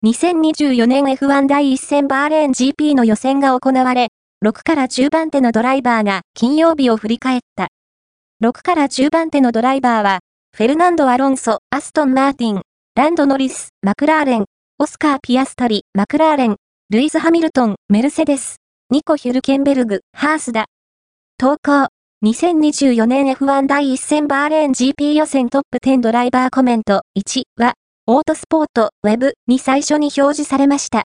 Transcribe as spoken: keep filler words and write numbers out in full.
にせんにじゅうよねん エフワン 第一戦バーレーン ジーピー の予選が行われ、ろくからじゅうばん手のドライバーが金曜日を振り返った。ろくからじゅうばん手のドライバーは、フェルナンド・アロンソ、アストン・マーティン、ランド・ノリス、マクラーレン、オスカー・ピアストリ、マクラーレン、ルイス・ハミルトン、メルセデス、ニコ・ヒュルケンベルグ、ハースだ。投稿。にせんにじゅうよねん エフワン 第一戦バーレーン ジーピー 予選トップじゅうドライバーコメントいちは、オートスポート、ウェブに最初に表示されました。